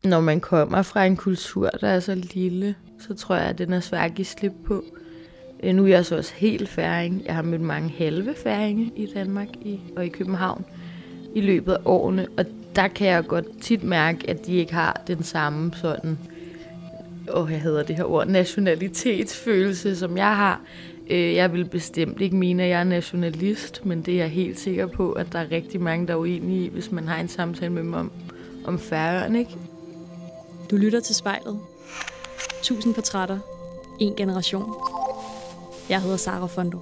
Når man kommer fra en kultur, der er så lille, så tror jeg, at den er svær at give slip på. Nu er jeg så også helt færing. Jeg har mødt mange halve færinge i Danmark og i København i løbet af årene. Og der kan jeg godt tit mærke, at de ikke har den samme sådan, jeg hader det her ord, nationalitetsfølelse, som jeg har. Jeg vil bestemt ikke mene, at jeg er nationalist, men det er jeg helt sikker på, at der er rigtig mange, der er uenige i, hvis man har en samtale med dem om Færøerne, ikke? Du lytter til Spejlet. 1000 portrætter. En generation. Jeg hedder Sara Fondo.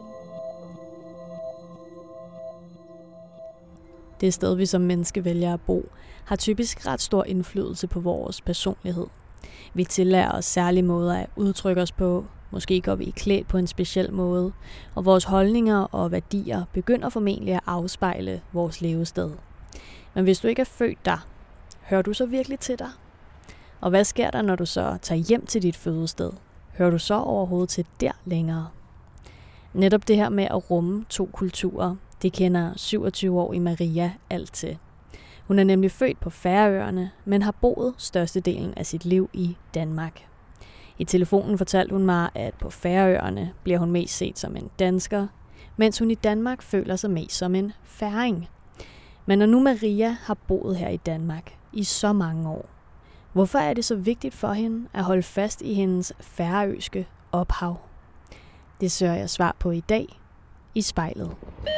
Det sted, vi som menneske vælger at bo, har typisk ret stor indflydelse på vores personlighed. Vi tillærer os særlige måder at udtrykke os på, måske går vi klædt på en speciel måde, og vores holdninger og værdier begynder formentlig at afspejle vores levested. Men hvis du ikke er født der, hører du så virkelig til dig? Og hvad sker der, når du så tager hjem til dit fødested? Hører du så overhovedet til der længere? Netop det her med at rumme 2 kulturer, det kender 27-årige Maria alt til. Hun er nemlig født på Færøerne, men har boet størstedelen af sit liv i Danmark. I telefonen fortalte hun mig, at på Færøerne bliver hun mest set som en dansker, mens hun i Danmark føler sig mest som en færing. Men når nu Maria har boet her i Danmark i så mange år, hvorfor er det så vigtigt for hende at holde fast i hendes færøske ophav? Det søger jeg svar på i dag i Spejlet.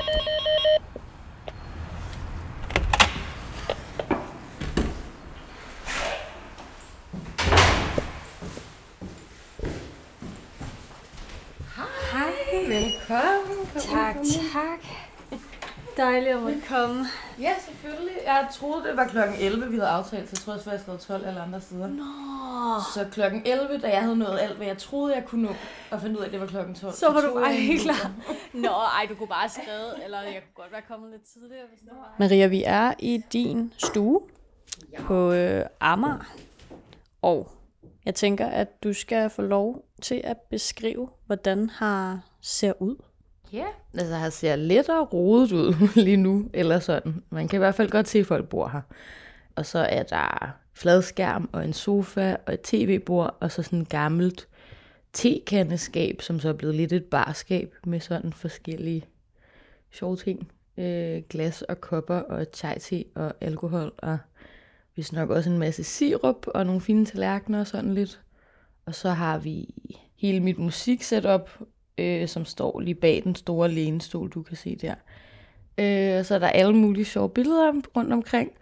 Hej. Velkommen. Tak. Dejligt at måtte komme. Ja, selvfølgelig. Jeg troede, det var klokken 11, vi havde aftalt, så jeg troede, jeg skrev 12 eller andre steder. Nå. Så klokken 11, da jeg havde nået alt, hvad jeg troede, jeg kunne nå, og fandt ud af, at det var klokken 12. Så var du bare helt klar. Du kunne bare have skrevet, eller jeg kunne godt være kommet lidt tidligere. Hvis det var. Maria, vi er i din stue på Amager, og jeg tænker, at du skal få lov til at beskrive, hvordan her ser ud. Ja, altså her ser lidt og rodet ud lige nu, eller sådan. Man kan i hvert fald godt se, at folk bor her. Og så er der fladskærm og en sofa og et tv-bord, og så sådan et gammelt tekandeskab, som så er blevet lidt et barskab med sådan forskellige sjove ting. Glas og kopper og chai-te og alkohol, og vist nok også en masse sirup og nogle fine tallerkener og sådan lidt. Og så har vi hele mit musiksetup, som står lige bag den store lænestol, du kan se der. Så er der alle mulige sjove billeder rundt omkring.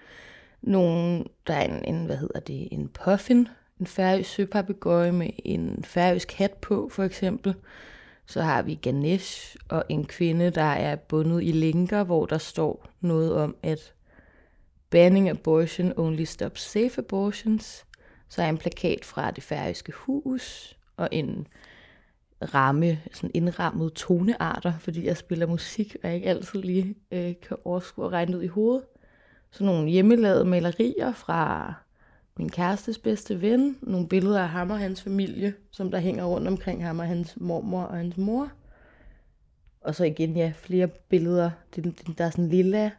Der er en puffin, en færøsk søpapegøje med en færøsk hat på, for eksempel. Så har vi Ganesh og en kvinde, der er bundet i lænker, hvor der står noget om, at banning abortion only stops safe abortions. Så er en plakat fra det færøske hus og en ramme, sådan indrammet tonearter, fordi jeg spiller musik, og jeg ikke altid lige kan overskue og regne ud i hovedet. Så nogle hjemmelavede malerier fra min kærestes bedste ven, nogle billeder af ham og hans familie, som der hænger rundt omkring ham og hans mormor og hans mor. Og så igen, flere billeder. Der er sådan lilla.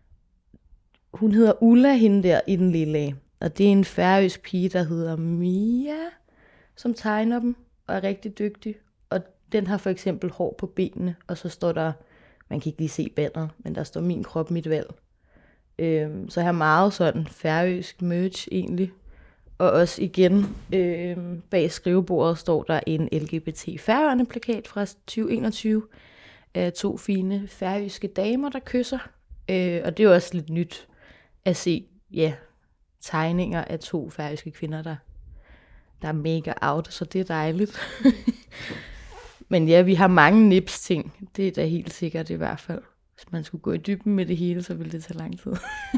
Hun hedder Ulla, hende der i den lille. Og det er en færøsk pige, der hedder Mia, som tegner dem og er rigtig dygtig. Og den har for eksempel hår på benene, og så står der, man kan ikke lige se banneret, men der står min krop, mit valg. Så her er meget sådan færøsk merch egentlig. Og også igen, bag skrivebordet står der en LGBT Færøerne plakat fra 2021 af 2 fine færøske damer, der kysser. Og det er jo også lidt nyt at se, tegninger af 2 færøske kvinder, der er mega out, så det er dejligt. Men ja, vi har mange nips-ting. Det er da helt sikkert i hvert fald. Hvis man skulle gå i dybden med det hele, så ville det tage lang tid.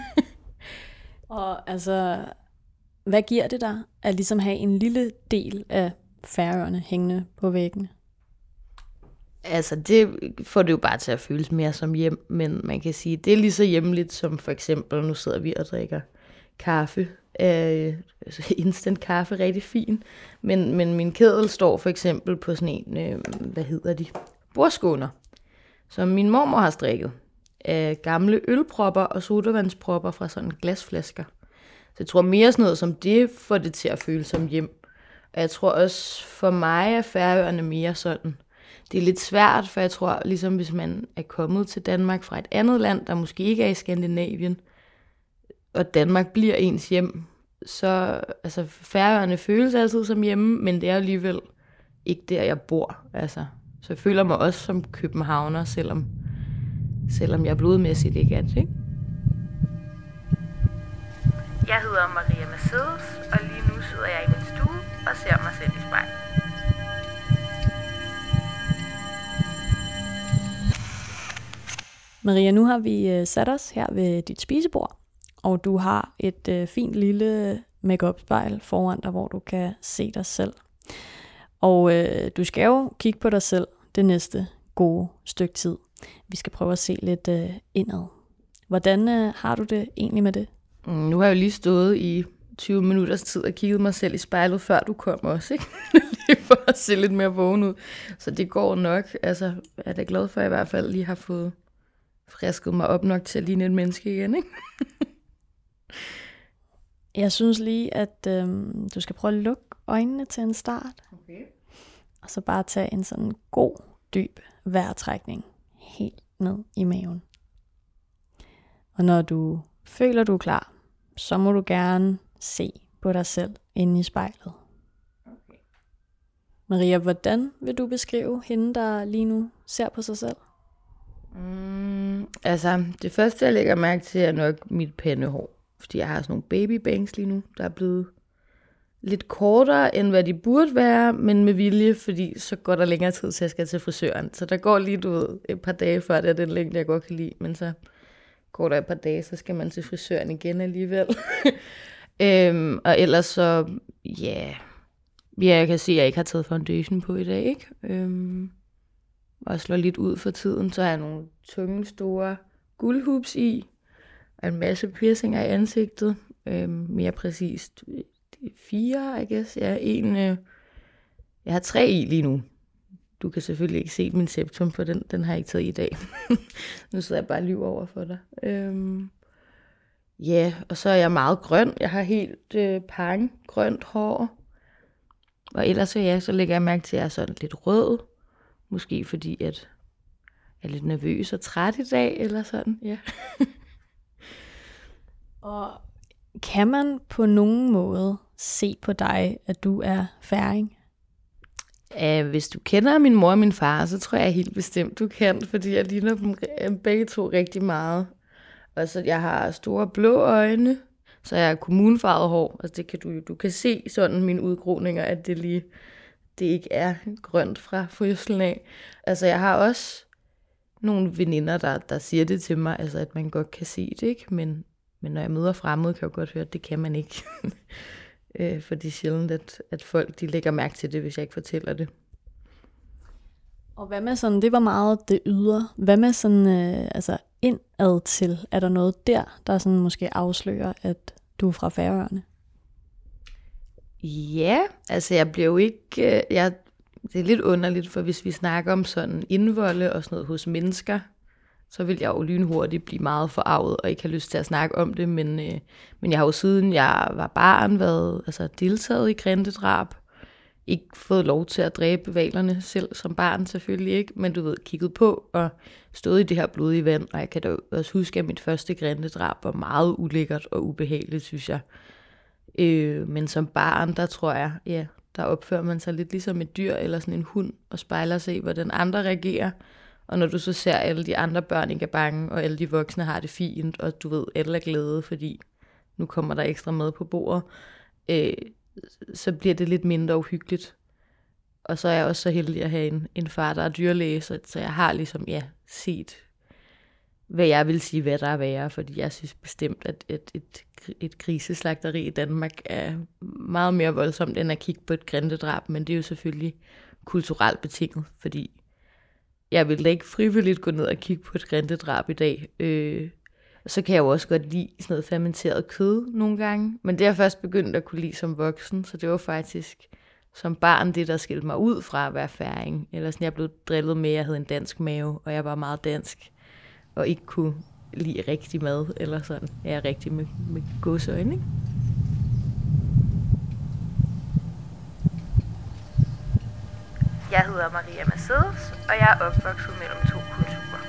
Og altså, hvad giver det dig at ligesom have en lille del af Færøerne hængende på væggene? Altså, det får det jo bare til at føles mere som hjem, men man kan sige, det er lige så hjemligt som for eksempel, nu sidder vi og drikker kaffe. Instant kaffe, rigtig fin. Men min kedel står for eksempel på sådan en, bordskåner, som min mormor har strikket af gamle ølpropper og sodavandspropper fra sådan glasflasker. jeg tror mere sådan noget som det får det til at føles som hjem. Og jeg tror også, for mig er Færøerne mere sådan. Det er lidt svært, for jeg tror, ligesom hvis man er kommet til Danmark fra et andet land, der måske ikke er i Skandinavien, og Danmark bliver ens hjem, så altså Færøerne føles altid som hjemme, men det er alligevel ikke der, jeg bor. Altså, så jeg føler mig også som københavner, selvom jeg blodmæssigt ikke er det, ikke? Jeg hedder Maria Mercedes, og lige nu sidder jeg i min stue og ser mig selv i spejlet. Maria, nu har vi sat os her ved dit spisebord, og du har et fint lille make-up-spejl foran dig, hvor du kan se dig selv. Og du skal jo kigge på dig selv det næste gode stykke tid. Vi skal prøve at se lidt indad. Hvordan har du det egentlig med det? Nu har jeg jo lige stået i 20 minutters tid og kigget mig selv i spejlet, før du kom også, ikke? Lige for at se lidt mere vågen ud. Så det går nok. Altså, jeg er da glad for, at jeg i hvert fald lige har fået frisket mig op nok til at ligne et menneske igen, ikke? Jeg synes lige, at du skal prøve at lukke øjnene til en start. Okay. Og så bare tage en sådan god, dyb vejrtrækning helt ned i maven. Og når du føler, du er klar, så må du gerne se på dig selv inde i spejlet. Okay. Maria, hvordan vil du beskrive hende, der lige nu ser på sig selv? Altså, det første, jeg lægger mærke til, er nok mit pandehår. Fordi jeg har sådan nogle babybangs lige nu, der er blevet lidt kortere, end hvad de burde være, men med vilje, fordi så går der længere tid til, at jeg skal til frisøren. Så der går lige, et par dage før, det er den længde, jeg godt kan lide, men så går der et par dage, så skal man til frisøren igen alligevel. Og ellers så, ja, jeg kan se, at jeg ikke har taget foundation på i dag, ikke? Og slår lidt ud for tiden, så har jeg nogle tunge, store guldhoops i, og en masse piercinger i ansigtet. Mere præcist 4, I guess. Jeg har 3 i lige nu. Du kan selvfølgelig ikke se min septum, for den har jeg ikke taget i dag. Nu sidder jeg bare og lyver over for dig. Ja, og så er jeg meget grøn. Jeg har helt grønt hår. Og ellers så lægger jeg mærke til, at jeg er sådan lidt rød. Måske fordi, at jeg er lidt nervøs og træt i dag, eller sådan, ja. Og kan man på nogen måde se på dig, at du er færing? Hvis du kender min mor og min far, så tror jeg helt bestemt, du kan, fordi jeg ligner dem begge to rigtig meget. Og så jeg har store blå øjne, så jeg har kommunefarvet hår. Altså det kan du kan se sådan mine udgroninger, at det ikke er grønt fra fødslen af. Altså jeg har også nogle veninder, der siger det til mig, altså at man godt kan se det, ikke? Men når jeg møder fremmede, kan jeg godt høre, at det kan man ikke. For det er sjældent, at folk de lægger mærke til det, hvis jeg ikke fortæller det. Og hvad med sådan, det var meget det ydre. Hvad med sådan, indad til? Er der noget der sådan måske afslører, at du er fra Færøerne? Ja, altså jeg bliver jo ikke... det er lidt underligt, for hvis vi snakker om sådan indvolde og sådan noget hos mennesker, så vil jeg jo lynhurtigt blive meget forarvet og ikke have lyst til at snakke om det. Men jeg har jo siden jeg var barn deltaget i grindedrab. Ikke fået lov til at dræbe hvalerne selv som barn selvfølgelig ikke, men du ved, kigget på og stået i det her blodige vand. Og jeg kan da også huske, at mit første grindedrab var meget ulækkert og ubehageligt, synes jeg. Men som barn, der tror jeg, ja, der opfører man sig lidt ligesom et dyr eller sådan en hund og spejler sig i, hvordan andre reagerer. Og når du så ser alle de andre børn ikke er bange, og alle de voksne har det fint, og du ved, alle er glade, fordi nu kommer der ekstra mad på bordet, så bliver det lidt mindre uhyggeligt. Og så er jeg også så heldig at have en far, der er dyrlæge, så jeg har ligesom, set, hvad jeg vil sige, hvad der er værre, fordi jeg synes bestemt, at et griseslagteri i Danmark er meget mere voldsomt, end at kigge på et grindedrab, men det er jo selvfølgelig kulturelt betinget, fordi jeg vil da ikke frivilligt gå ned og kigge på et grindedrab i dag. Så kan jeg jo også godt lide sådan noget fermenteret kød nogle gange. Men det er jeg først begyndt at kunne lide som voksen. Så det var faktisk som barn det, der skilte mig ud fra at være færing. Eller sådan, jeg blev drillet med, at jeg havde en dansk mave, og jeg var meget dansk. Og ikke kunne lide rigtig mad, eller sådan. Jeg er rigtig med godsøjne, ikke? Jeg hedder Maria Mercedes, og jeg er opvokset mellem 2 kulturer.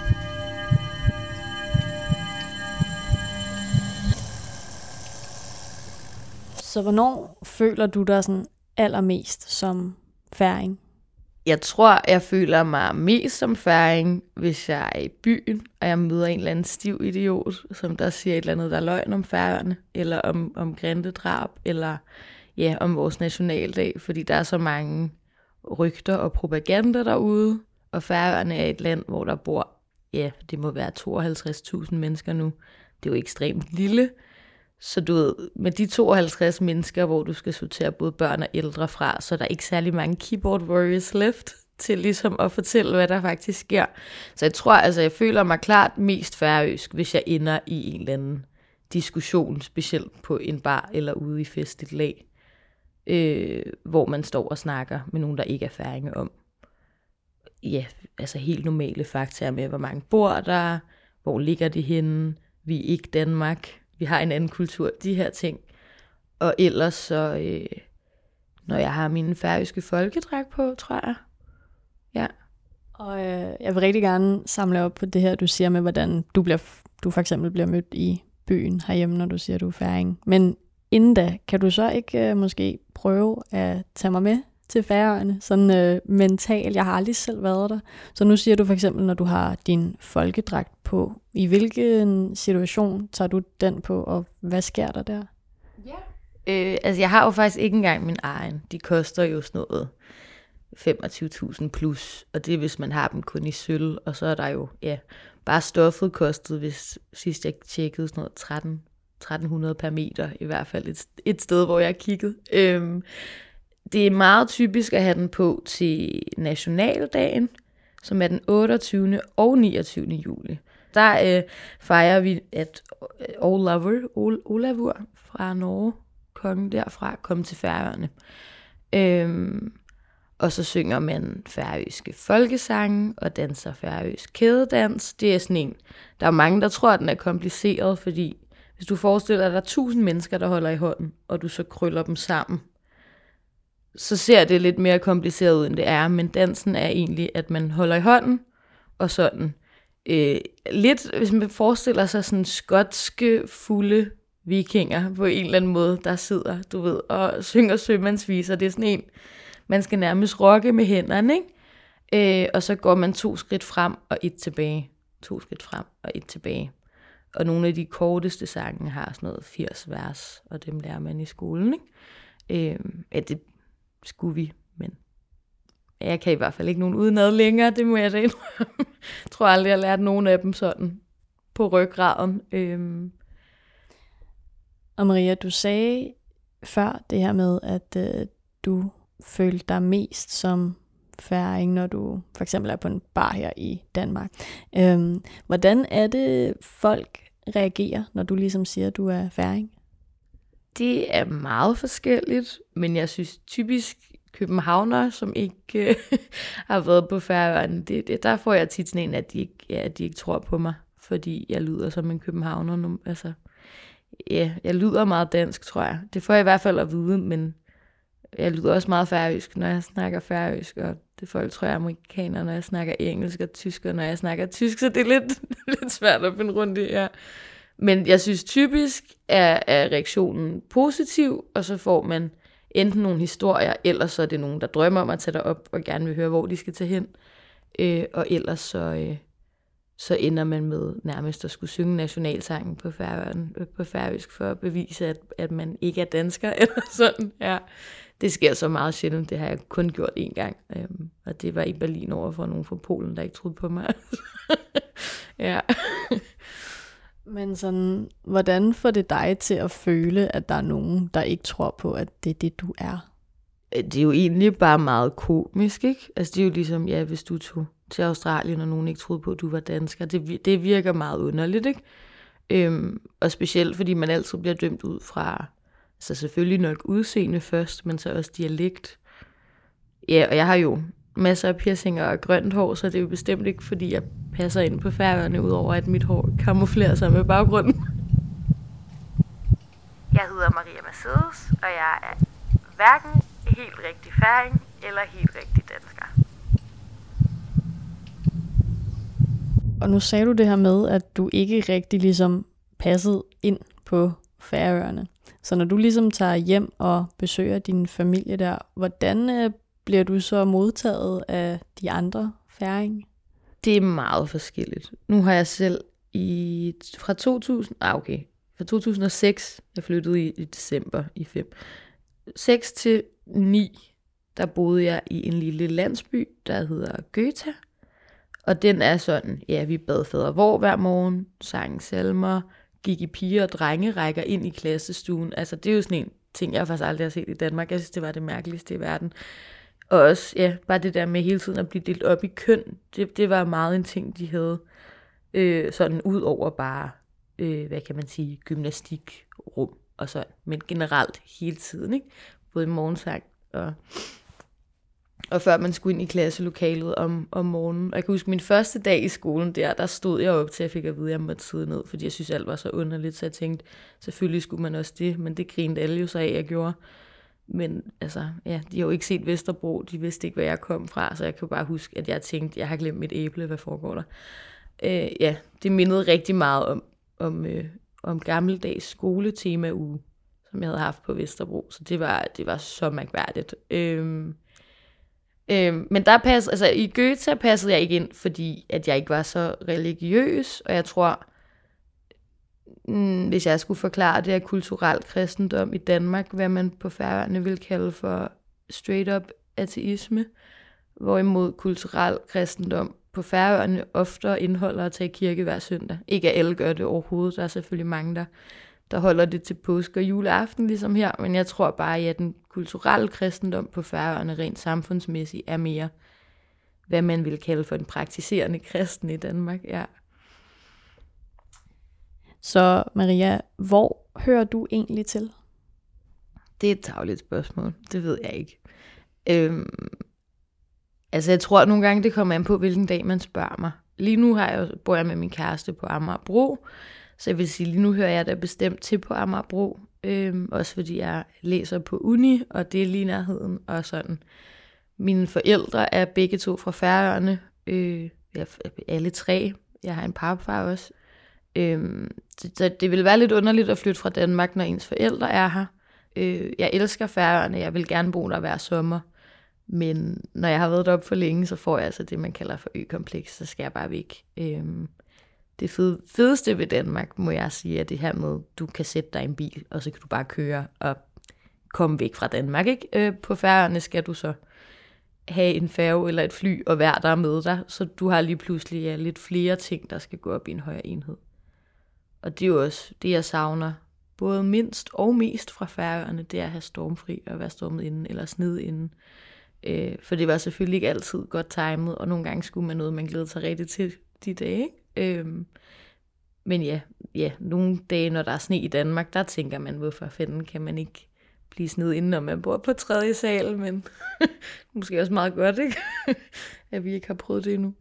Så hvornår føler du dig sådan allermest som færing? Jeg tror, jeg føler mig mest som færing, hvis jeg er i byen, og jeg møder en eller anden stiv idiot, som der siger et eller andet, der er løgn om Færøerne, eller om grindedrab, eller ja, om vores nationaldag, fordi der er så mange rygter og propaganda derude, og Færøerne er et land, hvor der bor, ja, det må være 52.000 mennesker nu. Det er jo ekstremt lille. Så du ved, med de 52 mennesker, hvor du skal sortere både børn og ældre fra, så er der ikke særlig mange keyboard warriors left til ligesom at fortælle, hvad der faktisk sker. Så jeg tror, altså jeg føler mig klart mest færøsk, hvis jeg ender i en eller anden diskussion, specielt på en bar eller ude i festligt lag, hvor man står og snakker med nogen, der ikke er færinge om. Ja, altså helt normale fakta med, hvor mange bor der, hvor ligger de henne, vi er ikke Danmark, vi har en anden kultur, de her ting. Og ellers så, når jeg har min færøske folkedragt på, tror jeg. Ja. Og jeg vil rigtig gerne samle op på det her, du siger med, hvordan du for eksempel bliver mødt i byen herhjemme, når du siger, du er færing. Men inden da, kan du så ikke måske prøve at tage mig med til Færøerne, sådan mentalt? Jeg har aldrig selv været der. Så nu siger du for eksempel, når du har din folkedragt på, i hvilken situation tager du den på, og hvad sker der der? Ja. Altså jeg har jo faktisk ikke engang min egen. De koster jo sådan noget 25.000 plus, og det er hvis man har dem kun i sølv, og så er der jo, ja, bare stoffet kostet, hvis sidst jeg tjekkede sådan noget 1300 per meter, i hvert fald et sted, hvor jeg kiggede. Det er meget typisk at have den på til nationaldagen, som er den 28. og 29. juli. Der fejrer vi, at Olavur fra Norge, kongen derfra, kom til Færøerne. Og så synger man færøske folkesange og danser færøsk kædedans. Det er sådan en, der er mange, der tror, at den er kompliceret, fordi hvis du forestiller dig, at der er 1000 mennesker, der holder i hånden, og du så krøller dem sammen, så ser det lidt mere kompliceret ud, end det er. Men dansen er egentlig, at man holder i hånden, og sådan lidt, hvis man forestiller sig sådan skotske, fulde vikinger på en eller anden måde, der sidder, du ved, og synger sømandsviser. Det er sådan en, man skal nærmest rocke med hænderne, ikke? Og så går man 2 skridt frem og 1 tilbage. 2 skridt frem og 1 tilbage. Og nogle af de korteste sange har sådan noget 80 vers, og dem lærer man i skolen, ikke? Det skulle vi, men jeg kan i hvert fald ikke nogen udenad længere, det må jeg da indrømme. Jeg tror aldrig, jeg har lært nogen af dem sådan på ryggraden. Og Maria, du sagde før det her med, at du følte dig mest som færing, når du for eksempel er på en bar her i Danmark. Hvordan er det, folk reagerer, når du ligesom siger, at du er færing? Det er meget forskelligt, men jeg synes typisk københavnere, som ikke har været på Færøerne, der får jeg tit sådan en, at de ikke tror på mig, fordi jeg lyder som en københavner nu. Altså, ja, jeg lyder meget dansk, tror jeg. Det får jeg i hvert fald at vide, men jeg lyder også meget færøsk, når jeg snakker færøsk, og det folk tror jeg er amerikaner, når jeg snakker engelsk, og tysk, når jeg snakker tysk, så det er lidt svært at finde rundt i, ja. Men jeg synes typisk er reaktionen positiv, og så får man enten nogle historier, eller så er det nogen, der drømmer om at tage derop og gerne vil høre, hvor de skal tage hen. Og ellers så ender man med nærmest at skulle synge nationalsangen på færøsk for at bevise, at man ikke er dansker eller sådan. Ja. Det sker så meget sjældent. Det har jeg kun gjort 1 gang. Og det var i Berlin over for nogen fra Polen, der ikke troede på mig. Ja. Men sådan, hvordan får det dig til at føle, at der er nogen, der ikke tror på, at det er det, du er? Det er jo egentlig bare meget komisk, ikke? Altså det er jo ligesom, ja, hvis du tog til Australien, og nogen ikke troede på, at du var dansker. Det virker meget underligt, ikke? Og specielt, fordi man altid bliver dømt ud fra, så selvfølgelig nok udseende først, men så også dialekt. Ja, og jeg har jo masser af piercinger og grønt hår, så det er jo bestemt ikke, fordi jeg passer ind på Færøerne, udover at mit hår kamuflerer sig med baggrunden. Jeg hedder Maria Mercedes, og jeg er hverken helt rigtig færing eller helt rigtig dansker. Og nu sagde du det her med, at du ikke rigtig ligesom passede ind på Færøerne. Så når du ligesom tager hjem og besøger din familie der, hvordan bliver du så modtaget af de andre færinger? Det er meget forskelligt. Nu har jeg selv fra 2006, jeg flyttede i december i 5. 6 til 9, der boede jeg i en lille landsby, der hedder Gøta. Og den er sådan, ja, vi bad fader vor hver morgen, sang salmer, gik i piger og drengerækker ind i klassestuen. Altså det er jo sådan en ting, jeg faktisk aldrig har set i Danmark. Jeg synes, det var det mærkeligste i verden. Og også, ja, bare det der med hele tiden at blive delt op i køn, det var meget en ting, de havde sådan ud over bare, hvad kan man sige, gymnastikrum og sådan. Men generelt hele tiden, ikke? Både i morgensang og før man skulle ind i klasselokalet om morgenen. Og jeg kan huske min første dag i skolen der stod jeg op til, jeg fik at vide, at jeg måtte sidde ned, fordi jeg synes, alt var så underligt, så jeg tænkte, selvfølgelig skulle man også det, men det grinede alle jo så af, jeg gjorde. Men altså, ja, de har jo ikke set Vesterbro, de vidste ikke, hvor jeg kom fra, så jeg kan bare huske, at jeg tænkte, jeg har glemt mit æble, hvad foregår der? Ja, det mindede rigtig meget om gammeldags skoletema-uge, som jeg havde haft på Vesterbro, så det var så mærkværdigt. Men i Goethe passede jeg ikke ind, fordi at jeg ikke var så religiøs, og jeg tror, hvis jeg skulle forklare det, er kulturel kristendom i Danmark, hvad man på Færøerne vil kalde for straight up ateisme, hvorimod kulturel kristendom på Færøerne oftere indeholder at tage i kirke hver søndag. Ikke at alle gør det overhovedet, der er selvfølgelig mange, der holder det til påske og juleaften, ligesom her, men jeg tror bare, at den kulturelle kristendom på Færøerne rent samfundsmæssigt er mere, hvad man vil kalde for en praktiserende kristen i Danmark, ja. Så Maria, hvor hører du egentlig til? Det er et tarveligt spørgsmål, det ved jeg ikke. Jeg tror, at nogle gange det kommer an på, hvilken dag man spørger mig. Lige nu bor jeg med min kæreste på Amagerbro, så jeg vil sige, lige nu hører jeg da bestemt til på Amagerbro, også fordi jeg læser på uni, og det er lige nærheden, og sådan. Mine forældre er begge to fra Færøerne, alle 3. Jeg har en papfar også. Så det vil være lidt underligt at flytte fra Danmark, når ens forældre er her. Jeg elsker Færøerne, jeg vil gerne bo der hver sommer, men når jeg har været deroppe for længe, så får jeg altså det, man kalder for økompleks, så skal jeg bare væk. Det fedeste ved Danmark, må jeg sige, er det her med, du kan sætte dig i en bil, og så kan du bare køre og komme væk fra Danmark, ikke? På Færøerne skal du så have en færge eller et fly og være der med dig, så du har lige pludselig lidt flere ting, der skal gå op i en højere enhed. Og det er jo også det, jeg savner, både mindst og mest fra Færøerne, det er at have stormfri og være stormet inden eller sned inden. For det var selvfølgelig ikke altid godt timet, og nogle gange skulle man noget, man glædede sig rigtig til de dage. Men ja, nogle dage, når der er sne i Danmark, der tænker man, hvorfor fanden kan man ikke blive sned inden, når man bor på 3. sal, men måske også meget godt, ikke? At vi ikke har prøvet det endnu.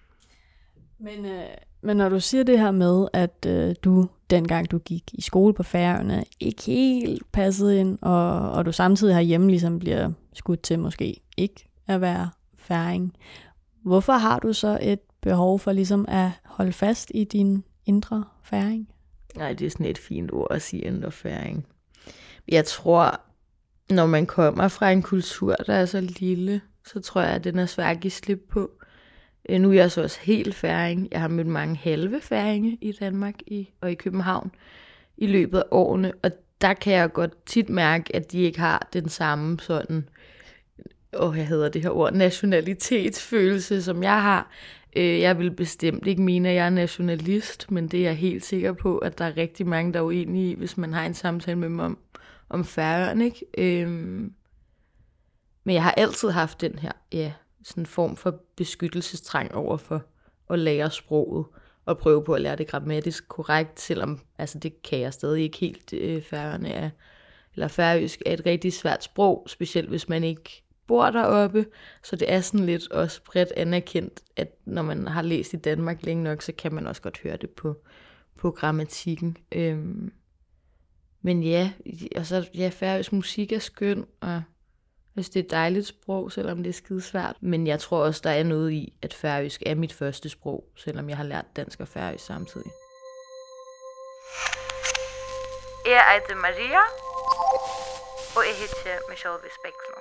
Men når du siger det her med, at du, dengang du gik i skole på Færøerne, ikke helt passede ind, og du samtidig herhjemme ligesom bliver skudt til måske ikke at være færing, hvorfor har du så et behov for ligesom at holde fast i din indre færing? Nej, det er sådan et fint ord at sige, indre færing. Jeg tror, når man kommer fra en kultur, der er så lille, så tror jeg, at den er svær at give slip på. Nu er jeg så også helt færing. Jeg har mødt mange halve færinge i Danmark og i København i løbet af årene, og der kan jeg godt tit mærke, at de ikke har den samme sådan, jeg hedder det her ord, nationalitetsfølelse, som jeg har. Jeg vil bestemt ikke mene, at jeg er nationalist, men det er jeg helt sikker på, at der er rigtig mange, der er uenige i, hvis man har en samtale med dem om Færøerne, ikke? Men jeg har altid haft den her, sådan en form for beskyttelsestrang over for at lære sproget og prøve på at lære det grammatisk korrekt, selvom det kan jeg stadig ikke helt. Færøerne eller færøsk er et rigtig svært sprog, specielt hvis man ikke bor deroppe, så det er sådan lidt også bredt anerkendt, at når man har læst i Danmark længe nok, så kan man også godt høre det på grammatikken. Men færøsk musik er skøn, og Hvis det er et dejligt sprog, selvom det er skidesvært. Men jeg tror også, der er noget i, at færøsk er mit første sprog, selvom jeg har lært dansk og færøsk samtidig. Jeg heter Maria, og jeg hedder Michelle Vispeksler.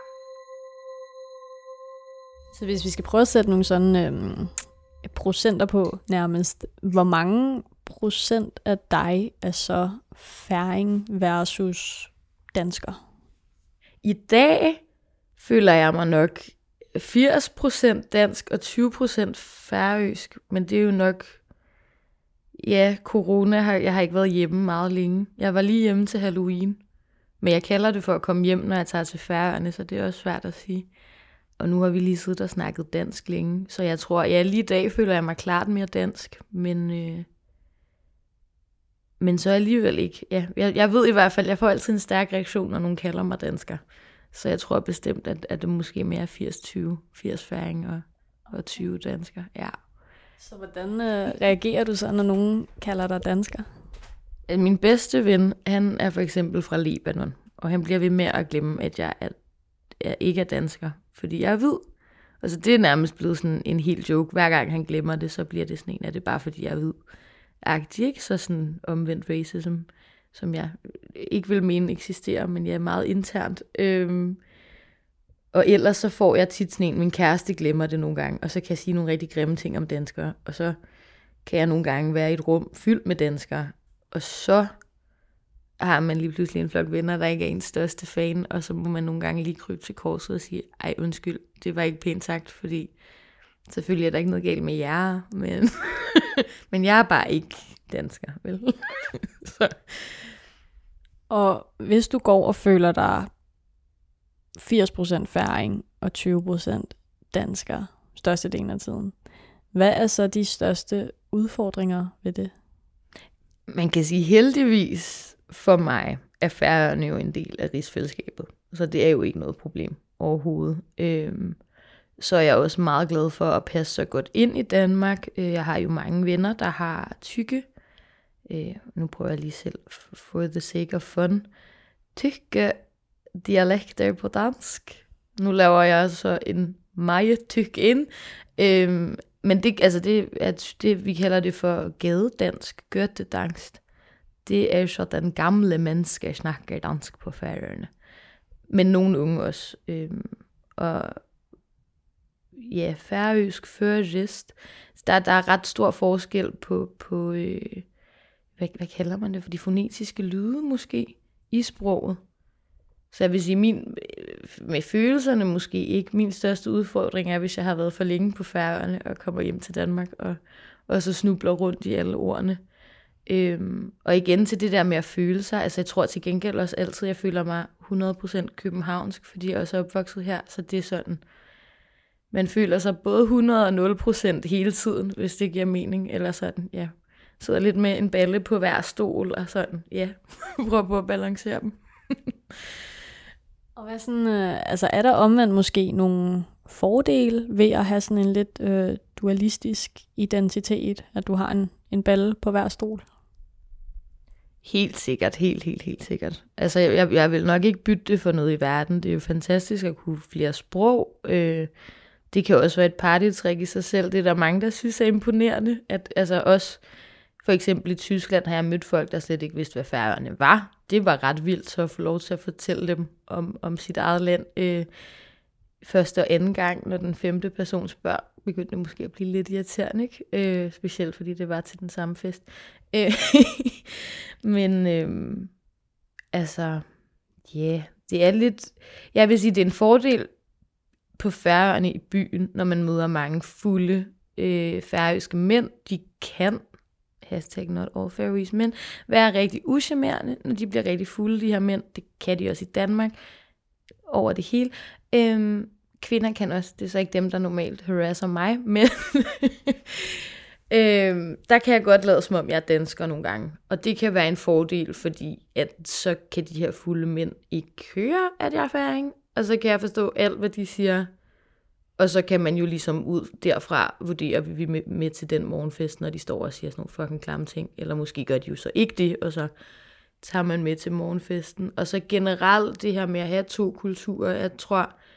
Så hvis vi skal prøve at sætte nogle sådan procenter på nærmest, hvor mange procent af dig er så færing versus dansker? I dag føler jeg mig nok 80% dansk og 20% færøsk, men det er jo nok, ja, corona, jeg har ikke været hjemme meget længe. Jeg var lige hjemme til Halloween, men jeg kalder det for at komme hjem, når jeg tager til Færøerne, så det er også svært at sige. Og nu har vi lige siddet og snakket dansk længe, så jeg tror, ja, lige i dag føler jeg mig klart mere dansk, men så alligevel ikke. Ja, jeg ved i hvert fald, jeg får altid en stærk reaktion, når nogen kalder mig dansker. Så jeg tror bestemt, at det måske mere er 80-20, 80 færing og 20 dansker, ja. Så hvordan reagerer du så, når nogen kalder dig dansker? Min bedste ven, han er for eksempel fra Libanon, og han bliver ved med at glemme, at jeg ikke er dansker, fordi jeg er hvid. Altså det er nærmest blevet sådan en helt joke. Hver gang han glemmer det, så bliver det sådan en, at det er bare fordi jeg er hvid. Ikke så sådan omvendt racism, som jeg ikke vil mene eksisterer, men jeg er meget internt. Og ellers så får jeg tit sådan en, min kæreste glemmer det nogle gange, og så kan jeg sige nogle rigtig grimme ting om danskere, og så kan jeg nogle gange være i et rum fyldt med danskere, og så har man lige pludselig en flok venner, der ikke er ens største fan, og så må man nogle gange lige krybe til korset og sige, ej undskyld, det var ikke pænt sagt, fordi selvfølgelig er der ikke noget galt med jer, men, men jeg er bare ikke dansker, vel? Så. Og hvis du går og føler dig 80% færing og 20% dansker størstedelen af tiden, hvad er så de største udfordringer ved det? Man kan sige heldigvis for mig, er Færøerne jo en del af rigsfællesskabet, så det er jo ikke noget problem overhovedet. Så er jeg også meget glad for at passe så godt ind i Danmark. Jeg har jo mange venner, der har tykke, nu prøver jeg lige selv, for the sake of fun, tykke dialekter på dansk. Nu laver jeg så en meget tyk ind, men det, vi kalder det for gadedansk, gøtedansk. Det er så den gamle mennesker snakker dansk på Færøerne. Men nogle unge også. Og ja, færøsk, førrest. Der er ret stor forskel på hvad kalder man det, for de fonetiske lyde måske i sproget. Så jeg vil sige, med følelserne måske ikke. Min største udfordring er, hvis jeg har været for længe på Færøerne og kommer hjem til Danmark og så snubler rundt i alle ordene. Og igen til det der med at føle sig. Altså jeg tror til gengæld også altid, jeg føler mig 100% københavnsk, fordi jeg også er opvokset her. Så det er sådan, man føler sig både 100 og 0% hele tiden, hvis det giver mening. Eller sådan, ja. Sidder lidt med en balle på hver stol og sådan, ja. Prøver på at balancere dem. Og hvad sådan, altså er der omvendt måske nogle fordele ved at have sådan en lidt dualistisk identitet, at du har en balle på hver stol? Helt sikkert, helt sikkert. Altså jeg vil nok ikke bytte det for noget i verden. Det er jo fantastisk at kunne flere sprog. Det kan også være et partytrick i sig selv. Det er der mange, der synes er imponerende. At, altså også for eksempel i Tyskland har jeg mødt folk, der slet ikke vidste, hvad Færøerne var. Det var ret vildt så at få lov til at fortælle dem om sit eget land. Første og anden gang, når den 5. person spørger, begyndte det måske at blive lidt irriterende, ikke? Specielt fordi det var til den samme fest. Men altså, yeah, det er lidt, jeg vil sige, det er en fordel på Færøerne i byen, når man møder mange fulde færøske mænd. De kan, #NotAllFaroese, men være rigtig uschammerende, når de bliver rigtig fulde, de her mænd. Det kan de også i Danmark, over det hele. Kvinder kan også, det er så ikke dem, der normalt harasser mig, men der kan jeg godt lade som om, jeg er dansker nogle gange. Og det kan være en fordel, fordi at så kan de her fulde mænd ikke høre, at jeg er færing, og så kan jeg forstå alt, hvad de siger. Og så kan man jo ligesom ud derfra vurdere, vi er med til den morgenfest, når de står og siger sådan nogle fucking klamme ting. Eller måske gør de jo så ikke det, og så tager man med til morgenfesten. Og så generelt det her med at have 2 kulturer, jeg tror,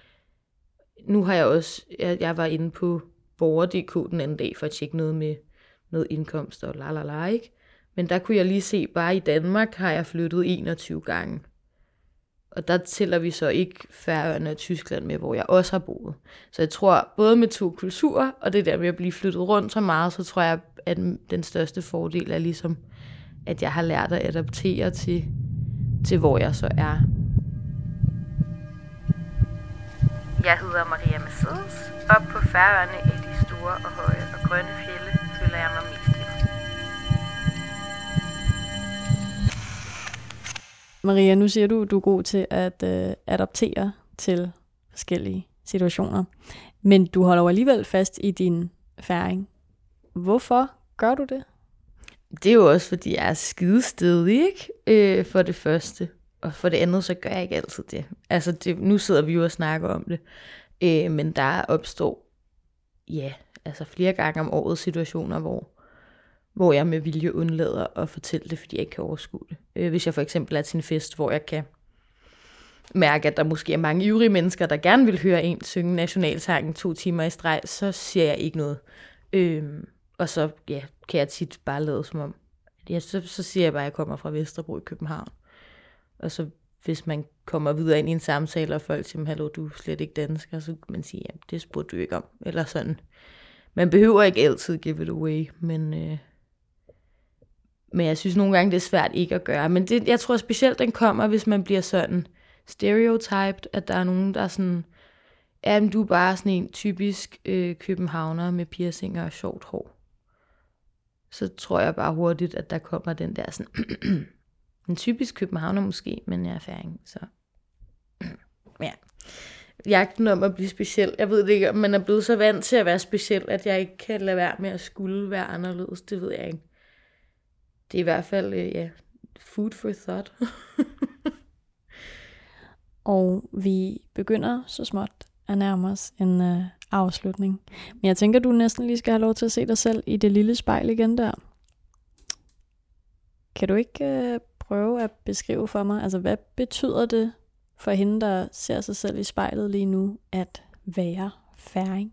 nu har jeg også, jeg var inde på borger.dk den anden dag for at tjekke noget med noget indkomst og ikke? Men der kunne jeg lige se, bare i Danmark har jeg flyttet 21 gange. Og der tæller vi så ikke Færøerne og Tyskland med, hvor jeg også har boet. Så jeg tror, både med 2 kulturer, og det der med at blive flyttet rundt så meget, så tror jeg, at den største fordel er ligesom, at jeg har lært at adaptere til hvor jeg så er. Jeg hedder Maria Mercedes. Op på Færøerne i de store og høje og grønne fjelde føler jeg mig mest hjemme. Maria, nu siger du er god til at adaptere til forskellige situationer. Men du holder jo alligevel fast i din færing. Hvorfor gør du det? Det er jo også, fordi jeg er skidestedig, ikke? For det første. Og for det andet, så gør jeg ikke altid det. Altså, nu sidder vi jo og snakker om det. Men der opstår, flere gange om året situationer, hvor jeg med vilje undlader at fortælle det, fordi jeg ikke kan overskue det. Hvis jeg for eksempel er til en fest, hvor jeg kan mærke, at der måske er mange ivrige mennesker, der gerne vil høre en synge nationalsangen 2 timer i streg, så siger jeg ikke noget. Og så kan jeg tit bare lade som om. Så siger jeg bare, at jeg kommer fra Vesterbro i København. Og så hvis man kommer videre ind i en samtale, og folk siger, hallo, du er slet ikke dansker, så kan man sige, ja, det spurgte du ikke om. Eller sådan. Man behøver ikke altid give it away, men jeg synes nogle gange, det er svært ikke at gøre. Men jeg tror specielt, den kommer, hvis man bliver sådan stereotyped, at der er nogen, der er sådan, jamen du er bare sådan en typisk københavner med piercinger og sjovt hår. Så tror jeg bare hurtigt, at der kommer den der sådan, en typisk københavner måske, men jeg er færing, så ja. Jagten om at blive speciel. Jeg ved det ikke, om man er blevet så vant til at være speciel, at jeg ikke kan lade være med at skulle være anderledes. Det ved jeg ikke. Det er i hvert fald, food for thought. Og vi begynder så småt at nærme os en afslutning. Men jeg tænker, du næsten lige skal have lov til at se dig selv i det lille spejl igen der. Kan du ikke prøve at beskrive for mig, altså hvad betyder det for hende, der ser sig selv i spejlet lige nu, at være færing?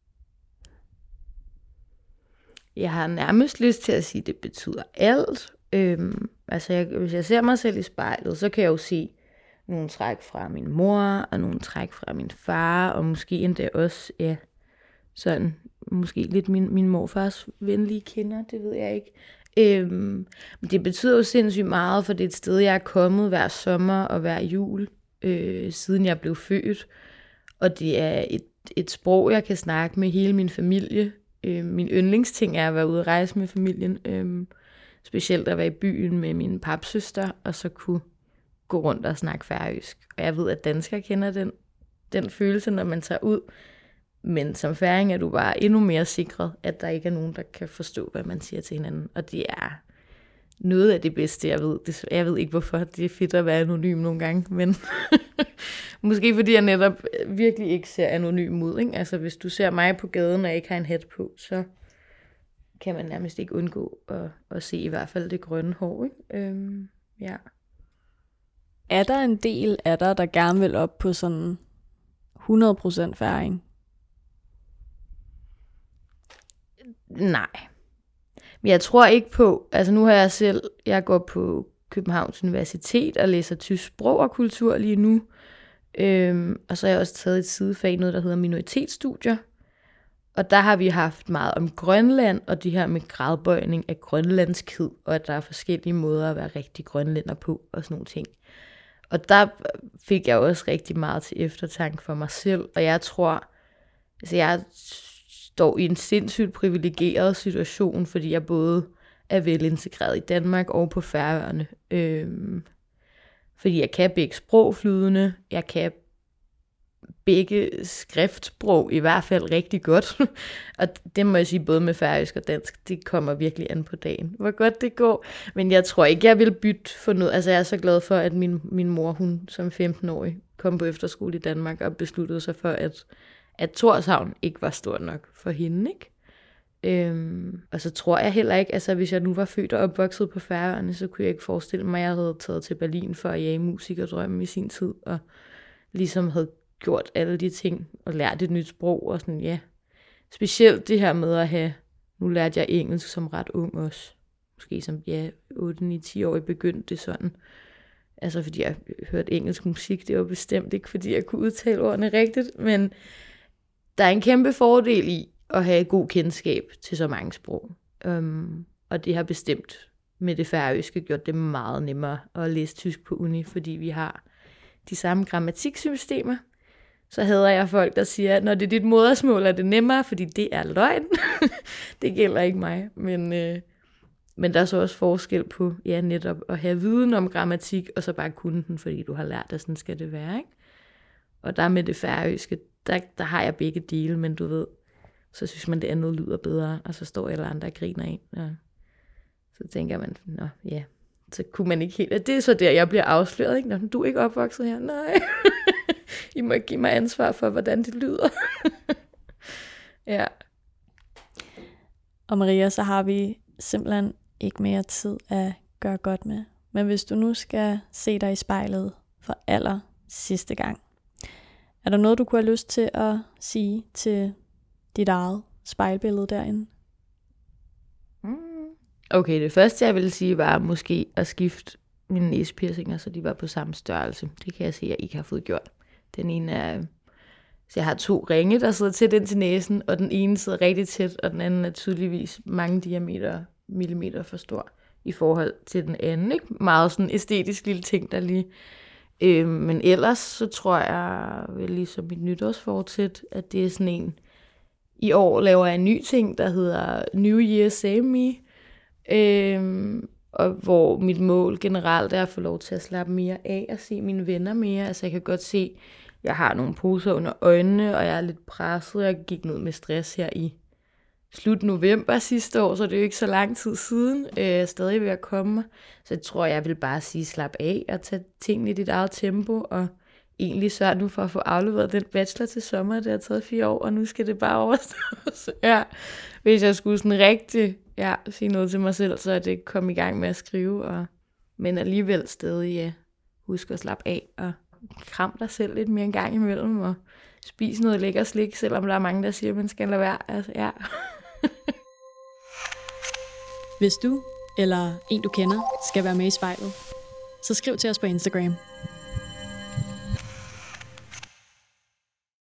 Jeg har nærmest lyst til at sige, at det betyder alt. Hvis jeg ser mig selv i spejlet, så kan jeg jo se nogle træk fra min mor, og nogle træk fra min far, og måske endda også, sådan, måske lidt min morfars venlige kinder, det ved jeg ikke. Men det betyder jo sindssygt meget, for det er et sted, jeg er kommet hver sommer og hver jul, siden jeg blev født. Og det er et sprog, jeg kan snakke med hele min familie. Min yndlingsting er at være ude at rejse med familien. Specielt at være i byen med min papsøster, og så kunne gå rundt og snakke færøsk. Og jeg ved, at danskere kender den følelse, når man tager ud. Men som færing er du bare endnu mere sikret, at der ikke er nogen, der kan forstå, hvad man siger til hinanden. Og det er noget af det bedste, jeg ved. Jeg ved ikke, hvorfor det er fedt at være anonym nogle gange, men måske fordi jeg netop virkelig ikke ser anonym ud. Ikke? Altså hvis du ser mig på gaden, og jeg ikke har en hat på, så kan man nærmest ikke undgå at se i hvert fald det grønne hår. Ikke? Ja. Er der en del af dig, der gerne vil op på sådan 100% færing? Nej. Men jeg tror ikke på, altså nu har jeg går på Københavns Universitet og læser tysk sprog og kultur lige nu. Og så har jeg også taget et sidefag, noget der hedder minoritetsstudier. Og der har vi haft meget om Grønland, og det her med gradbøjning af grønlandskhed, og at der er forskellige måder at være rigtig grønlænder på, og sådan nogle ting. Og der fik jeg også rigtig meget til eftertanke for mig selv, og jeg tror, altså jeg står i en sindssygt privilegeret situation, fordi jeg både er velintegreret i Danmark og på Færøerne. Fordi jeg kan begge sprog flydende, jeg kan begge skriftsprog i hvert fald rigtig godt. Og det må jeg sige, både med færøsk og dansk, det kommer virkelig an på dagen, hvor godt det går. Men jeg tror ikke, jeg vil bytte for noget. Altså jeg er så glad for, at min mor, hun som 15-årig, kom på efterskole i Danmark og besluttede sig for, at Tórshavn ikke var stor nok for hende, ikke? Og så tror jeg heller ikke, altså hvis jeg nu var født og opvokset på Færøerne, så kunne jeg ikke forestille mig, at jeg havde taget til Berlin for at jage musikerdrømme i sin tid, og ligesom havde gjort alle de ting og lært et nyt sprog og sådan, ja. Specielt det her med at have, nu lærte jeg engelsk som ret ung også. Måske som, 8-9-10 år begyndte det sådan. Altså fordi jeg hørte engelsk musik, det var bestemt ikke, fordi jeg kunne udtale ordene rigtigt, men der er en kæmpe fordel i at have god kendskab til så mange sprog. Og det har bestemt med det færøske gjort det meget nemmere at læse tysk på uni, fordi vi har de samme grammatiksystemer. Så hader jeg folk, der siger, at når det er dit modersmål, er det nemmere, fordi det er løgn. Det gælder ikke mig, men der er så også forskel på netop at have viden om grammatik, og så bare kunne den, fordi du har lært, at sådan skal det være. Ikke? Og der med det færøske, der har jeg begge dele, men du ved, så synes man, det andet lyder bedre, og så står alle andre og griner ind. Og så tænker man, så kunne man ikke helt. Det er så der, jeg bliver afsløret, ikke? Nå, du er ikke opvokset her. Nej. I må ikke give mig ansvar for, hvordan det lyder. Ja. Og Maria, så har vi simpelthen ikke mere tid at gøre godt med. Men hvis du nu skal se dig i spejlet for aller sidste gang, er der noget, du kunne have lyst til at sige til dit eget spejlbillede derinde? Okay, det første jeg ville sige var måske at skifte mine næsepiercinger, så de var på samme størrelse. Det kan jeg se, at jeg ikke har fået gjort. Den ene er, så jeg har 2 ringe, der sidder tæt ind til næsen, og den ene sidder rigtig tæt, og den anden er tydeligvis mange millimeter for stor i forhold til den anden. Ikke? Meget sådan æstetisk lille ting, der lige. Men ellers så tror jeg vel ligesom mit nytårsfortsæt, at det er sådan en, i år laver jeg en ny ting, der hedder New Year Save Me, og hvor mit mål generelt er at få lov til at slappe mere af og se mine venner mere. Altså jeg kan godt se, jeg har nogle poser under øjnene, og jeg er lidt presset. Jeg gik ned med stress her i slut november sidste år, så det er jo ikke så lang tid siden. Jeg er stadig ved at komme. Så jeg tror, jeg vil bare sige, slap af og tage tingene i dit eget tempo, og egentlig sørge nu for at få afleveret den bachelor til sommer. Det har taget 4 år, og nu skal det bare overstås. Ja, hvis jeg skulle sådan rigtig sige noget til mig selv, så er det komme i gang med at skrive, men alligevel stadig husk at slappe af og kram dig selv lidt mere en gang imellem, og spise noget lækker slik, selvom der er mange, der siger, at man skal lade være. Altså, ja. Hvis du eller en, du kender, skal være med i spejlet, så skriv til os på Instagram.